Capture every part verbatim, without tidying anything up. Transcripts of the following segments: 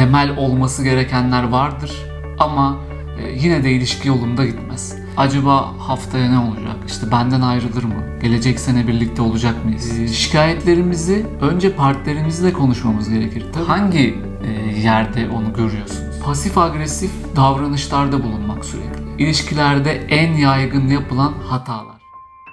temel olması gerekenler vardır ama yine de ilişki yolunda gitmez. Acaba haftaya ne olacak? İşte benden ayrılır mı? Gelecek sene birlikte olacak mıyız? Şikayetlerimizi önce partnerimizle konuşmamız gerekir. Tabii hangi yerde onu görüyorsunuz? Pasif agresif davranışlarda bulunmak sürekli. İlişkilerde en yaygın yapılan hatalar.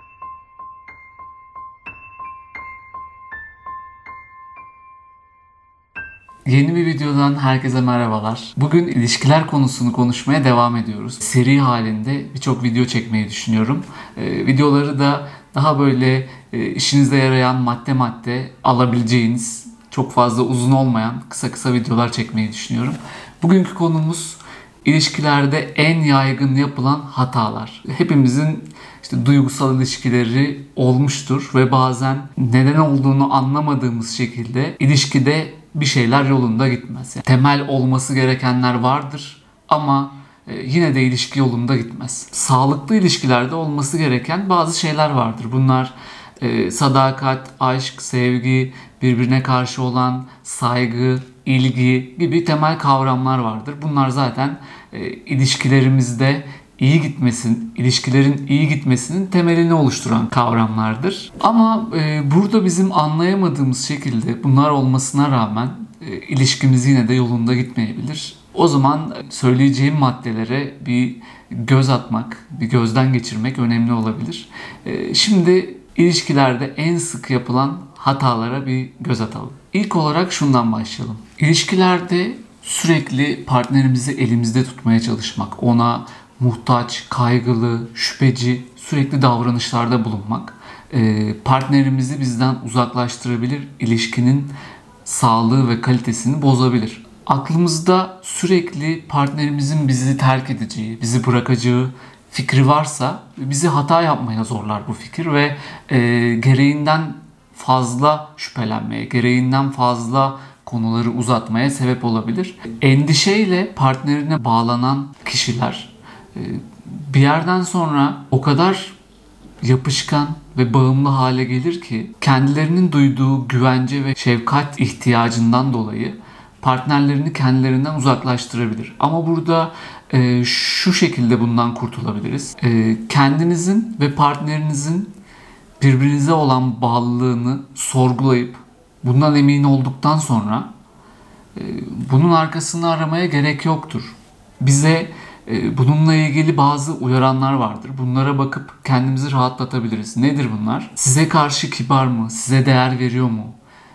Yeni bir videodan herkese merhabalar. Bugün ilişkiler konusunu konuşmaya devam ediyoruz. Seri halinde birçok video çekmeyi düşünüyorum. Ee, videoları da daha böyle e, işinize yarayan madde madde alabileceğiniz, çok fazla uzun olmayan kısa kısa videolar çekmeyi düşünüyorum. Bugünkü konumuz ilişkilerde en yaygın yapılan hatalar. Hepimizin işte duygusal ilişkileri olmuştur ve bazen neden olduğunu anlamadığımız şekilde ilişkide bir şeyler yolunda gitmez. Yani temel olması gerekenler vardır ama yine de ilişki yolunda gitmez. Sağlıklı ilişkilerde olması gereken bazı şeyler vardır. Bunlar e, sadakat, aşk, sevgi, birbirine karşı olan saygı, ilgi gibi temel kavramlar vardır. Bunlar zaten e, ilişkilerimizde iyi gitmesin, ilişkilerin iyi gitmesinin temelini oluşturan kavramlardır. Ama e, burada bizim anlayamadığımız şekilde bunlar olmasına rağmen e, ilişkimiz yine de yolunda gitmeyebilir. O zaman söyleyeceğim maddelere bir göz atmak, bir gözden geçirmek önemli olabilir. E, şimdi ilişkilerde en sık yapılan hatalara bir göz atalım. İlk olarak şundan başlayalım. İlişkilerde sürekli partnerimizi elimizde tutmaya çalışmak, ona muhtaç, kaygılı, şüpheci, sürekli davranışlarda bulunmak e, partnerimizi bizden uzaklaştırabilir, ilişkinin sağlığı ve kalitesini bozabilir. Aklımızda sürekli partnerimizin bizi terk edeceği, bizi bırakacağı fikri varsa bizi hata yapmaya zorlar bu fikir ve e, gereğinden fazla şüphelenmeye, gereğinden fazla konuları uzatmaya sebep olabilir. Endişeyle partnerine bağlanan kişiler bir yerden sonra o kadar yapışkan ve bağımlı hale gelir ki kendilerinin duyduğu güvence ve şefkat ihtiyacından dolayı partnerlerini kendilerinden uzaklaştırabilir. Ama burada e, şu şekilde bundan kurtulabiliriz. E, kendinizin ve partnerinizin birbirinize olan bağlılığını sorgulayıp bundan emin olduktan sonra e, bunun arkasını aramaya gerek yoktur. Bize bununla ilgili bazı uyaranlar vardır. Bunlara bakıp kendimizi rahatlatabiliriz. Nedir bunlar? Size karşı kibar mı? Size değer veriyor mu?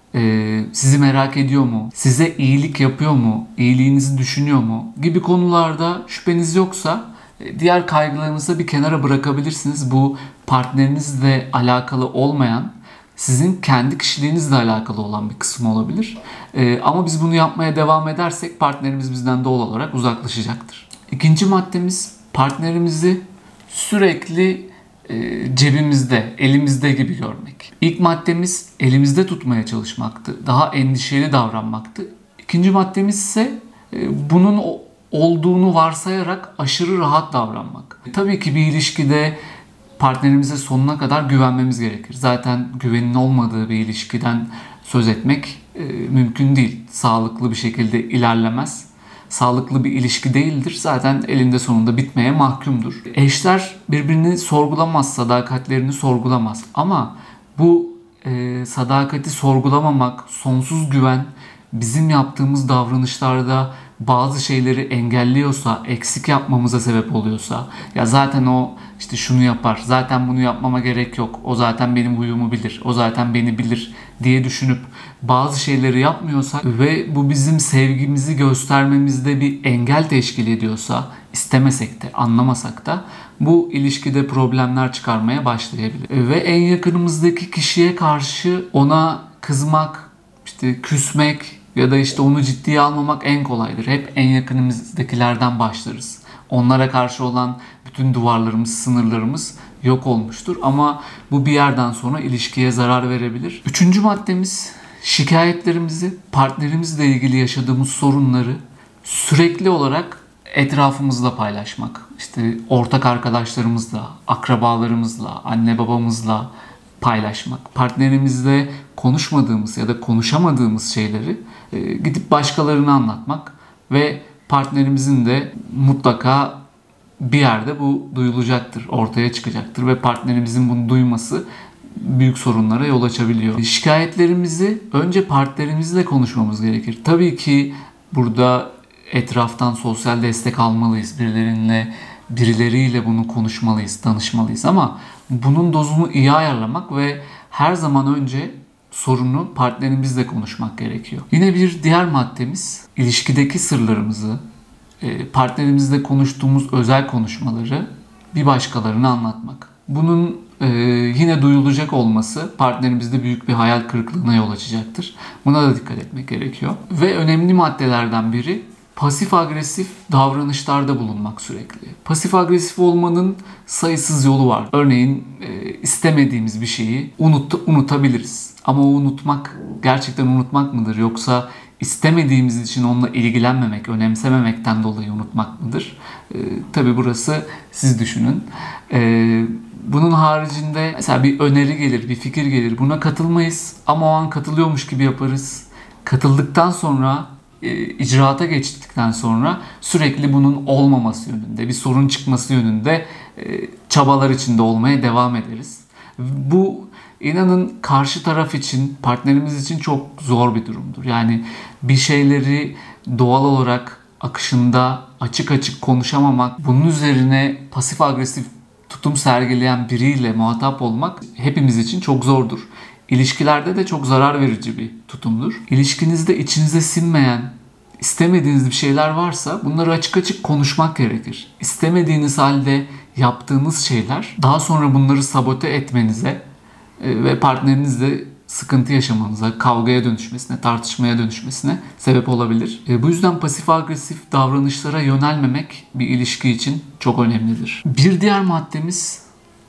Ee, sizi merak ediyor mu? Size iyilik yapıyor mu? İyiliğinizi düşünüyor mu? Gibi konularda şüpheniz yoksa diğer kaygılarınızı bir kenara bırakabilirsiniz. Bu partnerinizle alakalı olmayan, sizin kendi kişiliğinizle alakalı olan bir kısım olabilir. Ee, ama biz bunu yapmaya devam edersek partnerimiz bizden doğal olarak uzaklaşacaktır. İkinci maddemiz partnerimizi sürekli e, cebimizde, elimizde gibi görmek. İlk maddemiz elimizde tutmaya çalışmaktı. Daha endişeli davranmaktı. İkinci maddemiz ise e, bunun olduğunu varsayarak aşırı rahat davranmak. Tabii ki bir ilişkide partnerimize sonuna kadar güvenmemiz gerekir. Zaten güvenin olmadığı bir ilişkiden söz etmek e, mümkün değil. Sağlıklı bir şekilde ilerlemez. Sağlıklı bir ilişki değildir. Zaten elinde sonunda bitmeye mahkumdur. Eşler birbirini sorgulamaz, sadakatlerini sorgulamaz. Ama bu e, sadakati sorgulamamak, sonsuz güven bizim yaptığımız davranışlarda bazı şeyleri engelliyorsa, eksik yapmamıza sebep oluyorsa, ya zaten o işte şunu yapar, zaten bunu yapmama gerek yok, o zaten benim huyumu bilir, o zaten beni bilir diye düşünüp bazı şeyleri yapmıyorsa ve bu bizim sevgimizi göstermemizde bir engel teşkil ediyorsa, istemesek de, anlamasak da bu ilişkide problemler çıkarmaya başlayabilir. Ve en yakınımızdaki kişiye karşı ona kızmak, işte küsmek ya da işte onu ciddiye almamak en kolaydır. Hep en yakınımızdakilerden başlarız. Onlara karşı olan bütün duvarlarımız, sınırlarımız yok olmuştur. Ama bu bir yerden sonra ilişkiye zarar verebilir. Üçüncü maddemiz şikayetlerimizi, partnerimizle ilgili yaşadığımız sorunları sürekli olarak etrafımızla paylaşmak. İşte ortak arkadaşlarımızla, akrabalarımızla, anne babamızla paylaşmak. Partnerimizle konuşmadığımız ya da konuşamadığımız şeyleri e, gidip başkalarına anlatmak ve partnerimizin de mutlaka bir yerde bu duyulacaktır, ortaya çıkacaktır ve partnerimizin bunu duyması büyük sorunlara yol açabiliyor. Şikayetlerimizi önce partnerimizle konuşmamız gerekir. Tabii ki burada etraftan sosyal destek almalıyız. Birilerinle, birileriyle bunu konuşmalıyız, danışmalıyız ama bunun dozunu iyi ayarlamak ve her zaman önce sorunu partnerimizle konuşmak gerekiyor. Yine bir diğer maddemiz ilişkideki sırlarımızı, partnerimizle konuştuğumuz özel konuşmaları bir başkalarına anlatmak. Bunun e, yine duyulacak olması partnerimizde büyük bir hayal kırıklığına yol açacaktır. Buna da dikkat etmek gerekiyor. Ve önemli maddelerden biri pasif agresif davranışlarda bulunmak sürekli. Pasif agresif olmanın sayısız yolu var. Örneğin e, istemediğimiz bir şeyi unut, unutabiliriz. Ama o unutmak gerçekten unutmak mıdır? Yoksa istemediğimiz için onunla ilgilenmemek, önemsememekten dolayı unutmak mıdır? E, tabii burası siz düşünün. E, bunun haricinde mesela bir öneri gelir, bir fikir gelir. Buna katılmayız ama o an katılıyormuş gibi yaparız. Katıldıktan sonra, e, icraata geçtikten sonra sürekli bunun olmaması yönünde, bir sorun çıkması yönünde e, çabalar içinde olmaya devam ederiz. Bu İnanın karşı taraf için, partnerimiz için çok zor bir durumdur. Yani bir şeyleri doğal olarak akışında açık açık konuşamamak, bunun üzerine pasif agresif tutum sergileyen biriyle muhatap olmak hepimiz için çok zordur. İlişkilerde de çok zarar verici bir tutumdur. İlişkinizde içinize sinmeyen, istemediğiniz bir şeyler varsa bunları açık açık konuşmak gerekir. İstemediğiniz halde yaptığınız şeyler daha sonra bunları sabote etmenize ve partnerinizle sıkıntı yaşamanıza, kavgaya dönüşmesine, tartışmaya dönüşmesine sebep olabilir. Bu yüzden pasif agresif davranışlara yönelmemek bir ilişki için çok önemlidir. Bir diğer maddemiz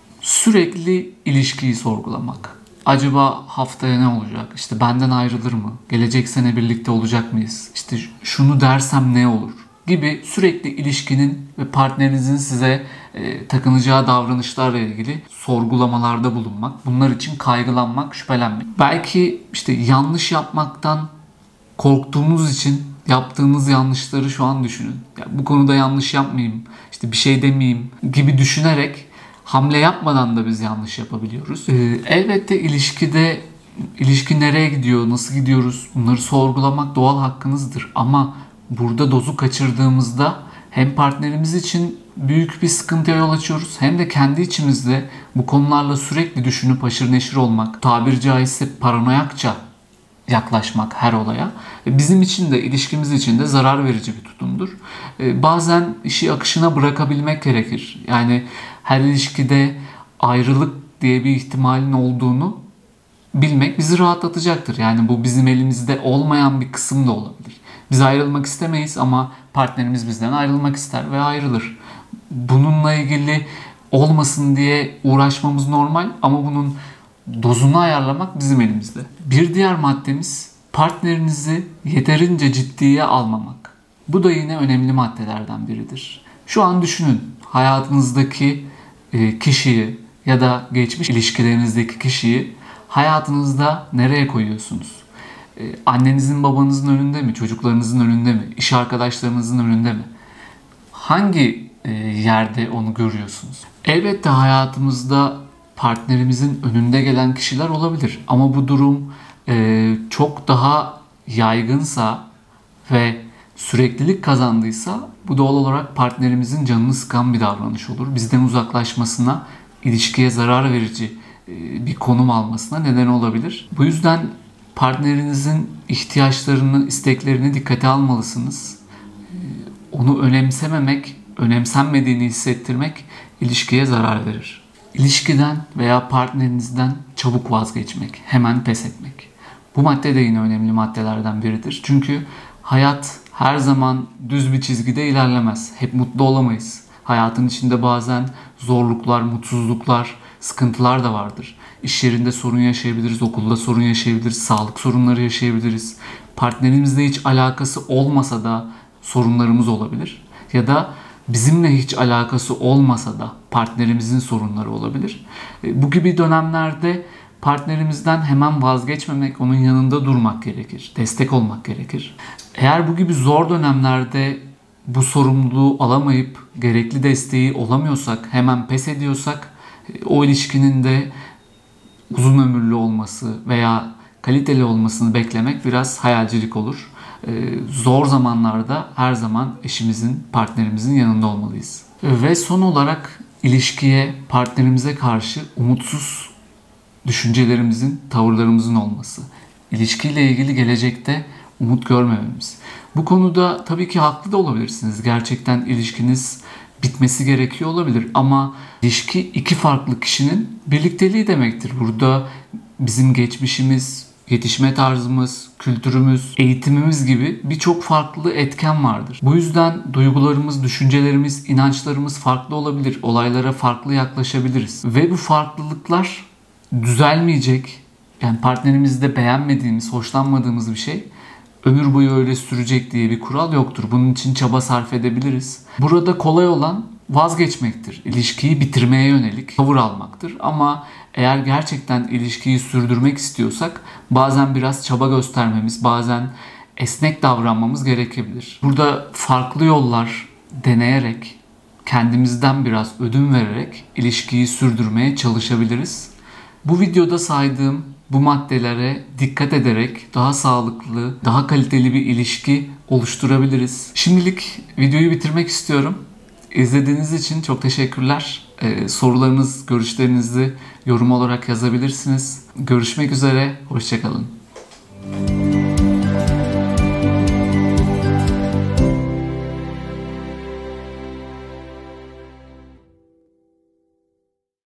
sürekli ilişkiyi sorgulamak. Acaba haftaya ne olacak? İşte benden ayrılır mı? Gelecek sene birlikte olacak mıyız? İşte şunu dersem ne olur? Gibi sürekli ilişkinin ve partnerinizin size e, takınacağı davranışlarla ilgili sorgulamalarda bulunmak, bunlar için kaygılanmak, şüphelenmek. Belki işte yanlış yapmaktan korktuğunuz için yaptığınız yanlışları şu an düşünün. Ya bu konuda yanlış yapmayayım, işte bir şey demeyeyim gibi düşünerek hamle yapmadan da biz yanlış yapabiliyoruz. Ee, elbette ilişkide ilişki nereye gidiyor, nasıl gidiyoruz bunları sorgulamak doğal hakkınızdır. Ama burada dozu kaçırdığımızda hem partnerimiz için büyük bir sıkıntıya yol açıyoruz hem de kendi içimizde bu konularla sürekli düşünüp haşır neşir olmak, tabiri caizse paranoyakça yaklaşmak her olaya bizim için de ilişkimiz için de zarar verici bir tutumdur. Bazen işi akışına bırakabilmek gerekir. Yani her ilişkide ayrılık diye bir ihtimalin olduğunu bilmek bizi rahatlatacaktır. Yani bu bizim elimizde olmayan bir kısım da olabilir. Biz ayrılmak istemeyiz ama partnerimiz bizden ayrılmak ister ve ayrılır. Bununla ilgili olmasın diye uğraşmamız normal ama bunun dozunu ayarlamak bizim elimizde. Bir diğer maddemiz partnerinizi yeterince ciddiye almamak. Bu da yine önemli maddelerden biridir. Şu an düşünün hayatınızdaki kişiyi ya da geçmiş ilişkilerinizdeki kişiyi hayatınızda nereye koyuyorsunuz? Annenizin babanızın önünde mi? Çocuklarınızın önünde mi? İş arkadaşlarınızın önünde mi? Hangi yerde onu görüyorsunuz? Elbette hayatımızda partnerimizin önünde gelen kişiler olabilir. Ama bu durum çok daha yaygınsa ve süreklilik kazandıysa bu doğal olarak partnerimizin canını sıkan bir davranış olur. Bizden uzaklaşmasına, ilişkiye zarar verici bir konum almasına neden olabilir. Bu yüzden partnerinizin ihtiyaçlarını, isteklerini dikkate almalısınız. Onu önemsememek, önemsenmediğini hissettirmek ilişkiye zarar verir. İlişkiden veya partnerinizden çabuk vazgeçmek, hemen pes etmek. Bu madde de yine önemli maddelerden biridir. Çünkü hayat her zaman düz bir çizgide ilerlemez. Hep mutlu olamayız. Hayatın içinde bazen zorluklar, mutsuzluklar, sıkıntılar da vardır. İş yerinde sorun yaşayabiliriz, okulda sorun yaşayabiliriz, sağlık sorunları yaşayabiliriz. Partnerimizle hiç alakası olmasa da sorunlarımız olabilir. Ya da bizimle hiç alakası olmasa da partnerimizin sorunları olabilir. Bu gibi dönemlerde partnerimizden hemen vazgeçmemek, onun yanında durmak gerekir. Destek olmak gerekir. Eğer bu gibi zor dönemlerde bu sorumluluğu alamayıp gerekli desteği olamıyorsak, hemen pes ediyorsak, o ilişkinin de uzun ömürlü olması veya kaliteli olmasını beklemek biraz hayalcilik olur. Zor zamanlarda her zaman eşimizin, partnerimizin yanında olmalıyız. Ve son olarak ilişkiye, partnerimize karşı umutsuz düşüncelerimizin, tavırlarımızın olması. İlişkiyle ilgili gelecekte umut görmememiz. Bu konuda tabii ki haklı da olabilirsiniz. Gerçekten ilişkiniz bitmesi gerekiyor olabilir. Ama ilişki iki farklı kişinin birlikteliği demektir. Burada bizim geçmişimiz, yetişme tarzımız, kültürümüz, eğitimimiz gibi birçok farklı etken vardır. Bu yüzden duygularımız, düşüncelerimiz, inançlarımız farklı olabilir. Olaylara farklı yaklaşabiliriz. Ve bu farklılıklar düzelmeyecek, yani partnerimizde beğenmediğimiz, hoşlanmadığımız bir şey ömür boyu öyle sürecek diye bir kural yoktur. Bunun için çaba sarf edebiliriz. Burada kolay olan vazgeçmektir. İlişkiyi bitirmeye yönelik tavır almaktır. Ama eğer gerçekten ilişkiyi sürdürmek istiyorsak bazen biraz çaba göstermemiz, bazen esnek davranmamız gerekebilir. Burada farklı yollar deneyerek, kendimizden biraz ödün vererek ilişkiyi sürdürmeye çalışabiliriz. Bu videoda saydığım bu maddelere dikkat ederek daha sağlıklı, daha kaliteli bir ilişki oluşturabiliriz. Şimdilik videoyu bitirmek istiyorum. İzlediğiniz için çok teşekkürler. Ee, sorularınız, görüşlerinizi yorum olarak yazabilirsiniz. Görüşmek üzere, hoşça kalın.